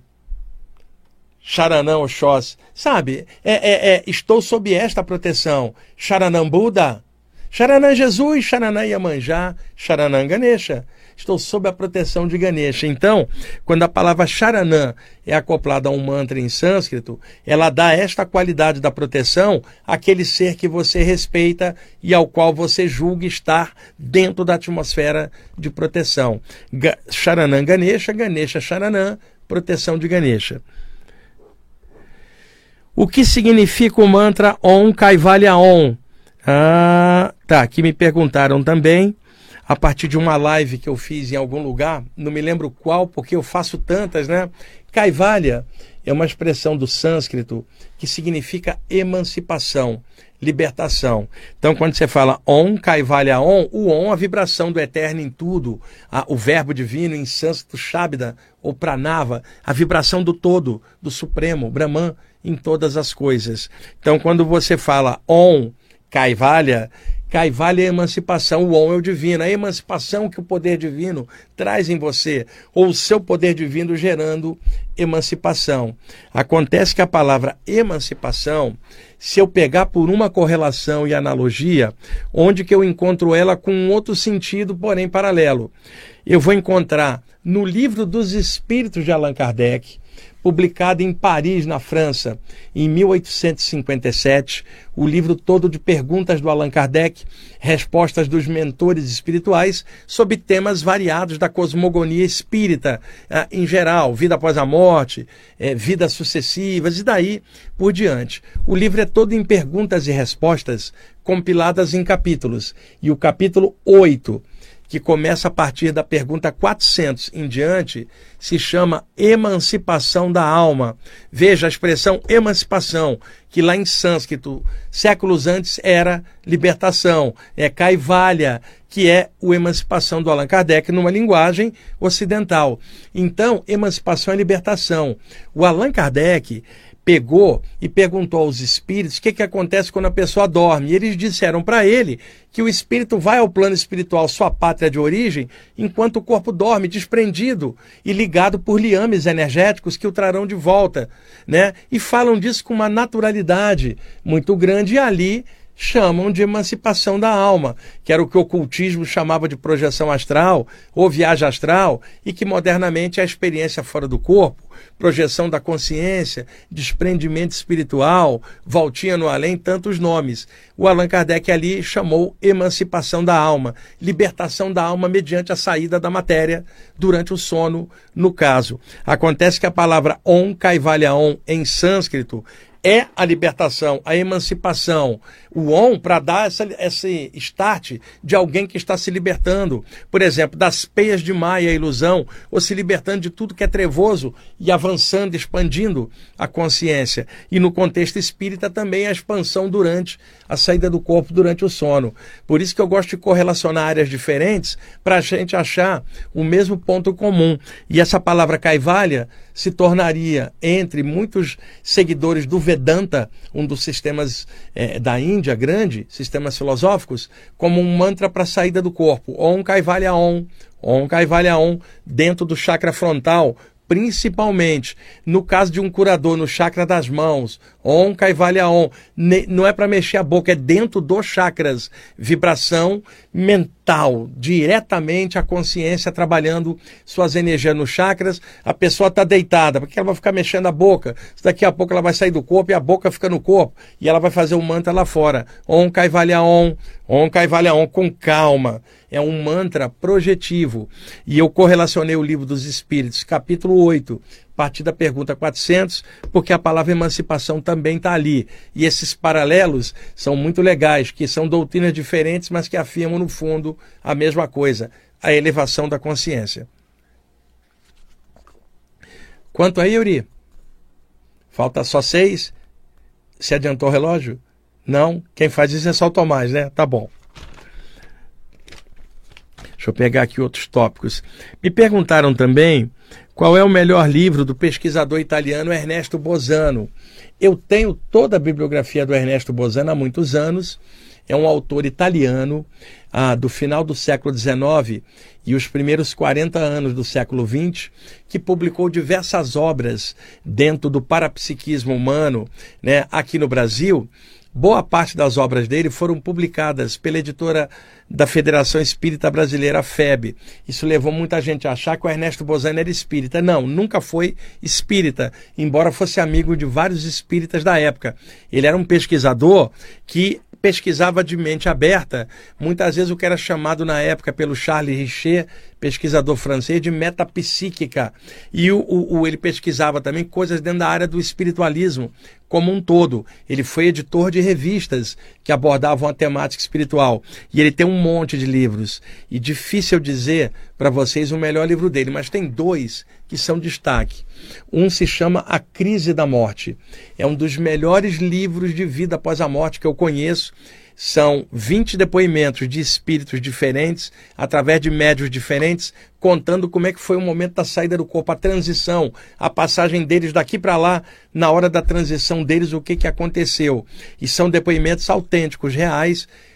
Charanam Oxóssi. Sabe? É, é, é, estou sob esta proteção. Charanam Buda. Charanam Jesus. Charanam Iemanjá. Charanam Ganesha. Estou sob a proteção de Ganesha. Então, quando a palavra Charanam é acoplada a um mantra em sânscrito, ela dá esta qualidade da proteção àquele ser que você respeita e ao qual você julga estar dentro da atmosfera de proteção. Ga- Charanam Ganesha, Ganesha Charanam, proteção de Ganesha. O que significa o mantra Om Kaivalya Om? Ah, tá, aqui me perguntaram também, a partir de uma live que eu fiz em algum lugar, não me lembro qual, porque eu faço tantas, né? Kaivalya é uma expressão do sânscrito que significa emancipação, libertação. Então, quando você fala Om Kaivalya Om, o Om, a vibração do eterno em tudo, a, o verbo divino em sânscrito Shabda ou Pranava, a vibração do todo, do Supremo, Brahman, em todas as coisas. Então, quando você fala Om Kaivalya, Cai vale a emancipação, o on é o divino, a emancipação que o poder divino traz em você, ou o seu poder divino gerando emancipação. Acontece que a palavra emancipação, se eu pegar por uma correlação e analogia, onde que eu encontro ela com um outro sentido, porém paralelo? Eu vou encontrar no Livro dos Espíritos de Allan Kardec, publicado em Paris, na França, em mil oitocentos e cinquenta e sete, o livro todo de perguntas do Allan Kardec, respostas dos mentores espirituais sobre temas variados da cosmogonia espírita, ah, em geral, vida após a morte, eh, vidas sucessivas e daí por diante. O livro é todo em perguntas e respostas compiladas em capítulos. E o capítulo oito, que começa a partir da pergunta quatrocentos em diante, se chama Emancipação da Alma. Veja a expressão emancipação, que lá em sânscrito, séculos antes, era libertação. É Kaivalya, que é o emancipação do Allan Kardec numa linguagem ocidental. Então, emancipação é libertação. O Allan Kardec pegou e perguntou aos espíritos o que, que acontece quando a pessoa dorme. E eles disseram para ele que o espírito vai ao plano espiritual, sua pátria de origem, enquanto o corpo dorme, desprendido e ligado por liames energéticos que o trarão de volta, né? E falam disso com uma naturalidade muito grande, e ali chamam de emancipação da alma, que era o que o ocultismo chamava de projeção astral ou viagem astral, e que modernamente é a experiência fora do corpo, projeção da consciência, desprendimento espiritual, voltinha no além, tantos nomes. O Allan Kardec ali chamou emancipação da alma, libertação da alma mediante a saída da matéria durante o sono, no caso. Acontece que a palavra Om, Kaivalya Om, em sânscrito, é a libertação, a emancipação. O on para dar essa, esse start de alguém que está se libertando, por exemplo, das peias de Maya, a ilusão, ou se libertando de tudo que é trevoso e avançando, expandindo a consciência. E no contexto espírita também a expansão durante a saída do corpo, durante o sono. Por isso que eu gosto de correlacionar áreas diferentes para a gente achar o mesmo ponto comum. E essa palavra Kaivalya se tornaria, entre muitos seguidores do Vedanta, um dos sistemas eh, da Índia, grande, sistemas filosóficos, como um mantra para a saída do corpo. Om Kaivalya Om, Om Kaivalya Om, dentro do chakra frontal, principalmente no caso de um curador no chakra das mãos, Om Kaivalya Om, não é para mexer a boca, é dentro dos chakras, vibração mental, diretamente a consciência trabalhando suas energias nos chakras. A pessoa está deitada, porque ela vai ficar mexendo a boca, daqui a pouco ela vai sair do corpo e a boca fica no corpo, e ela vai fazer o mantra lá fora, Om Kaivalya Om, Om Kaivalya Om, com calma. É um mantra projetivo. E eu correlacionei o Livro dos Espíritos, capítulo oito, a partir da pergunta quatrocentos, porque a palavra emancipação também está ali. E esses paralelos são muito legais, que são doutrinas diferentes, mas que afirmam, no fundo, a mesma coisa, a elevação da consciência. Quanto aí, Yuri? Falta só seis? Se adiantou o relógio? Não? Quem faz isso é só o Tomás, né? Tá bom. Deixa eu pegar aqui outros tópicos. Me perguntaram também qual é o melhor livro do pesquisador italiano Ernesto Bozano. Eu tenho toda a bibliografia do Ernesto Bozano há muitos anos. É um autor italiano ah, do final do século dezenove e os primeiros quarenta anos do século vinte, que publicou diversas obras dentro do parapsiquismo humano, né, aqui no Brasil. Boa parte das obras dele foram publicadas pela editora da Federação Espírita Brasileira, a F E B. Isso levou muita gente a achar que o Ernesto Bozano era espírita. Não, nunca foi espírita, embora fosse amigo de vários espíritas da época. Ele era um pesquisador que pesquisava de mente aberta, muitas vezes o que era chamado na época pelo Charles Richer, pesquisador francês, de metapsíquica. E o, o, o, ele pesquisava também coisas dentro da área do espiritualismo como um todo. Ele foi editor de revistas que abordavam a temática espiritual. E ele tem um monte de livros. E difícil dizer para vocês o melhor livro dele, mas tem dois que são destaque. Um se chama A Crise da Morte. É um dos melhores livros de vida após a morte que eu conheço. São vinte depoimentos de espíritos diferentes, através de médiuns diferentes, contando como é que foi o momento da saída do corpo, a transição, a passagem deles daqui para lá, na hora da transição deles, o que, que aconteceu. E são depoimentos autênticos, reais,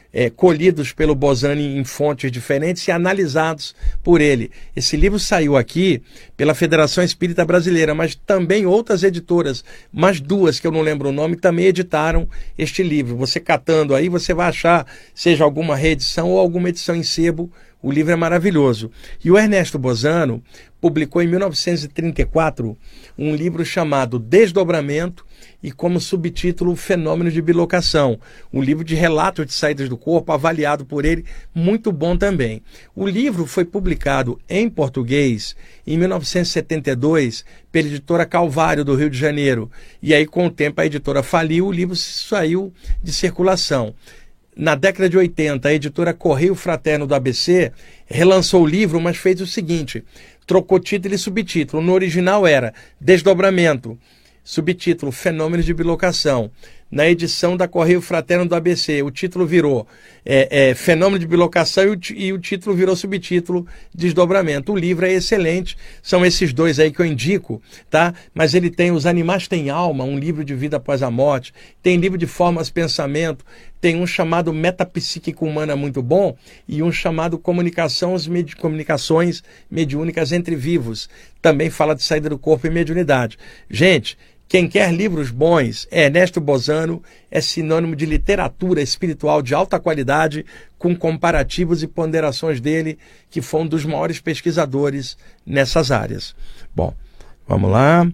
é, colhidos pelo Bozani em fontes diferentes e analisados por ele. Esse livro saiu aqui pela Federação Espírita Brasileira, mas também outras editoras, mais duas que eu não lembro o nome, também editaram este livro. Você catando aí, você vai achar, seja alguma reedição ou alguma edição em sebo. O livro é maravilhoso. E o Ernesto Bozano publicou em mil novecentos e trinta e quatro um livro chamado Desdobramento e como subtítulo Fenômenos de Bilocação. Um livro de relatos de saídas do corpo, avaliado por ele, muito bom também. O livro foi publicado em português em mil novecentos e setenta e dois pela editora Calvário, do Rio de Janeiro. E aí, com o tempo, a editora faliu, o livro saiu de circulação. Na década de oitenta, a editora Correio Fraterno do A B C relançou o livro, mas fez o seguinte: trocou título e subtítulo. No original era Desdobramento, subtítulo Fenômenos de Bilocação. Na edição da Correio Fraterno do A B C, o título virou é, é, Fenômeno de Bilocação e o, e o título virou subtítulo Desdobramento. O livro é excelente, são esses dois aí que eu indico, tá? Mas ele tem Os Animais Têm Alma, um livro de vida após a morte, tem livro de Formas Pensamento, tem um chamado Metapsíquica Humana muito bom e um chamado Comunicações, Medi- Comunicações Mediúnicas entre Vivos. Também fala de saída do corpo e mediunidade. Gente, quem quer livros bons, Ernesto Bozano é sinônimo de literatura espiritual de alta qualidade, com comparativos e ponderações dele, que foi um dos maiores pesquisadores nessas áreas. Bom, vamos lá.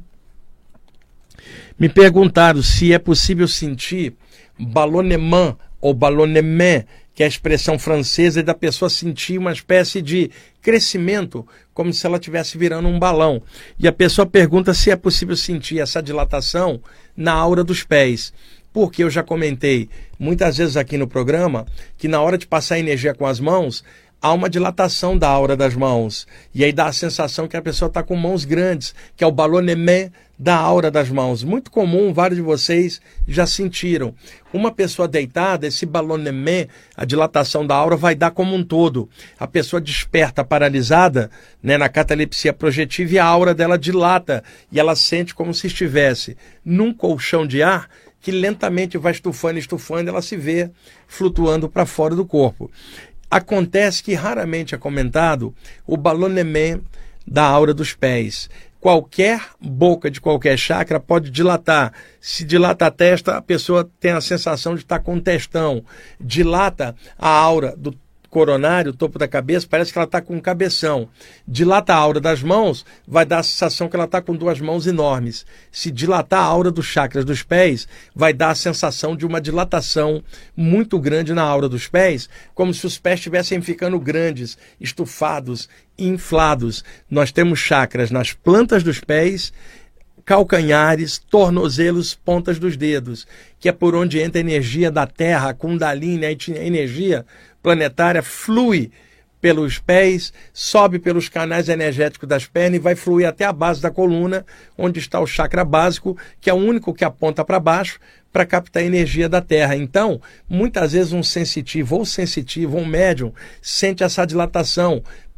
Me perguntaram se é possível sentir ballonnement ou ballonnement, que é a expressão francesa da pessoa sentir uma espécie de crescimento, como se ela estivesse virando um balão. E a pessoa pergunta se é possível sentir essa dilatação na aura dos pés. Porque eu já comentei muitas vezes aqui no programa que na hora de passar energia com as mãos, há uma dilatação da aura das mãos. E aí dá a sensação que a pessoa está com mãos grandes, que é o ballonnement da aura das mãos. Muito comum, vários de vocês já sentiram. Uma pessoa deitada, esse ballonnement, a dilatação da aura, vai dar como um todo. A pessoa desperta paralisada, né, na catalepsia projetiva, e a aura dela dilata. E ela sente como se estivesse num colchão de ar que lentamente vai estufando, estufando, ela se vê flutuando para fora do corpo. Acontece que raramente é comentado o ballonnement da aura dos pés. Qualquer boca de qualquer chakra pode dilatar. Se dilata a testa, a pessoa tem a sensação de estar com um testão. Dilata a aura do coronário, o topo da cabeça, parece que ela está com um cabeção. Dilata a aura das mãos, vai dar a sensação que ela está com duas mãos enormes. Se dilatar a aura dos chakras dos pés, vai dar a sensação de uma dilatação muito grande na aura dos pés, como se os pés estivessem ficando grandes, estufados, inflados. Nós temos chakras nas plantas dos pés, calcanhares, tornozelos, pontas dos dedos, que é por onde entra a energia da Terra, a Kundalini, a energia planetária flui pelos pés, sobe pelos canais energéticos das pernas e vai fluir até a base da coluna, onde está o chakra básico, que é o único que aponta para baixo para captar a energia da Terra. Então, muitas vezes um sensitivo ou sensitivo, um médium, sente essa dilatação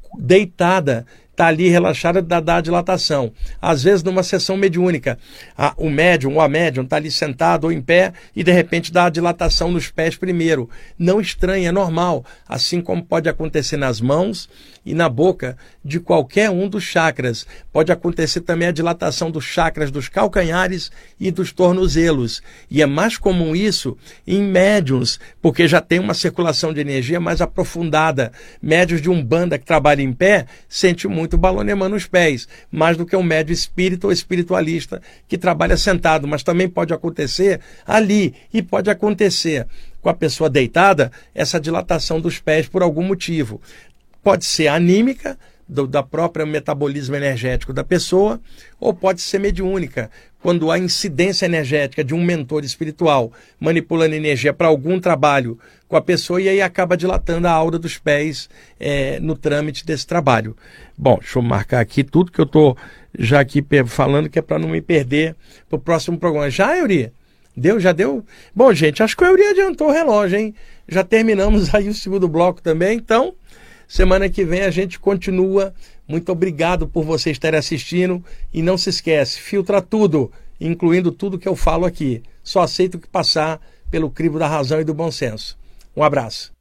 deitada, está ali relaxada, da, da dilatação. Às vezes, numa sessão mediúnica, a, o médium ou a médium está ali sentado ou em pé e, de repente, dá a dilatação nos pés primeiro. Não estranha, é normal. Assim como pode acontecer nas mãos e na boca de qualquer um dos chakras. Pode acontecer também a dilatação dos chakras dos calcanhares e dos tornozelos. E é mais comum isso em médiums, porque já tem uma circulação de energia mais aprofundada. Médios de umbanda que trabalham em pé sente muito muito ballonnement nos pés, mais do que um médium espírita ou espiritualista que trabalha sentado, mas também pode acontecer ali e pode acontecer com a pessoa deitada essa dilatação dos pés por algum motivo. Pode ser anímica, do da própria metabolismo energético da pessoa, ou pode ser mediúnica, quando há incidência energética de um mentor espiritual manipulando energia para algum trabalho com a pessoa e aí acaba dilatando a aura dos pés é, no trâmite desse trabalho. Bom, deixa eu marcar aqui tudo que eu estou já aqui falando, que é para não me perder para o próximo programa. Já, Euri? Deu? Já deu? Bom, gente, acho que o Euri adiantou o relógio, hein? Já terminamos aí o segundo bloco também, então semana que vem a gente continua. Muito obrigado por você estar assistindo e não se esquece, filtra tudo, incluindo tudo que eu falo aqui. Só aceito o que passar pelo crivo da razão e do bom senso. Um abraço.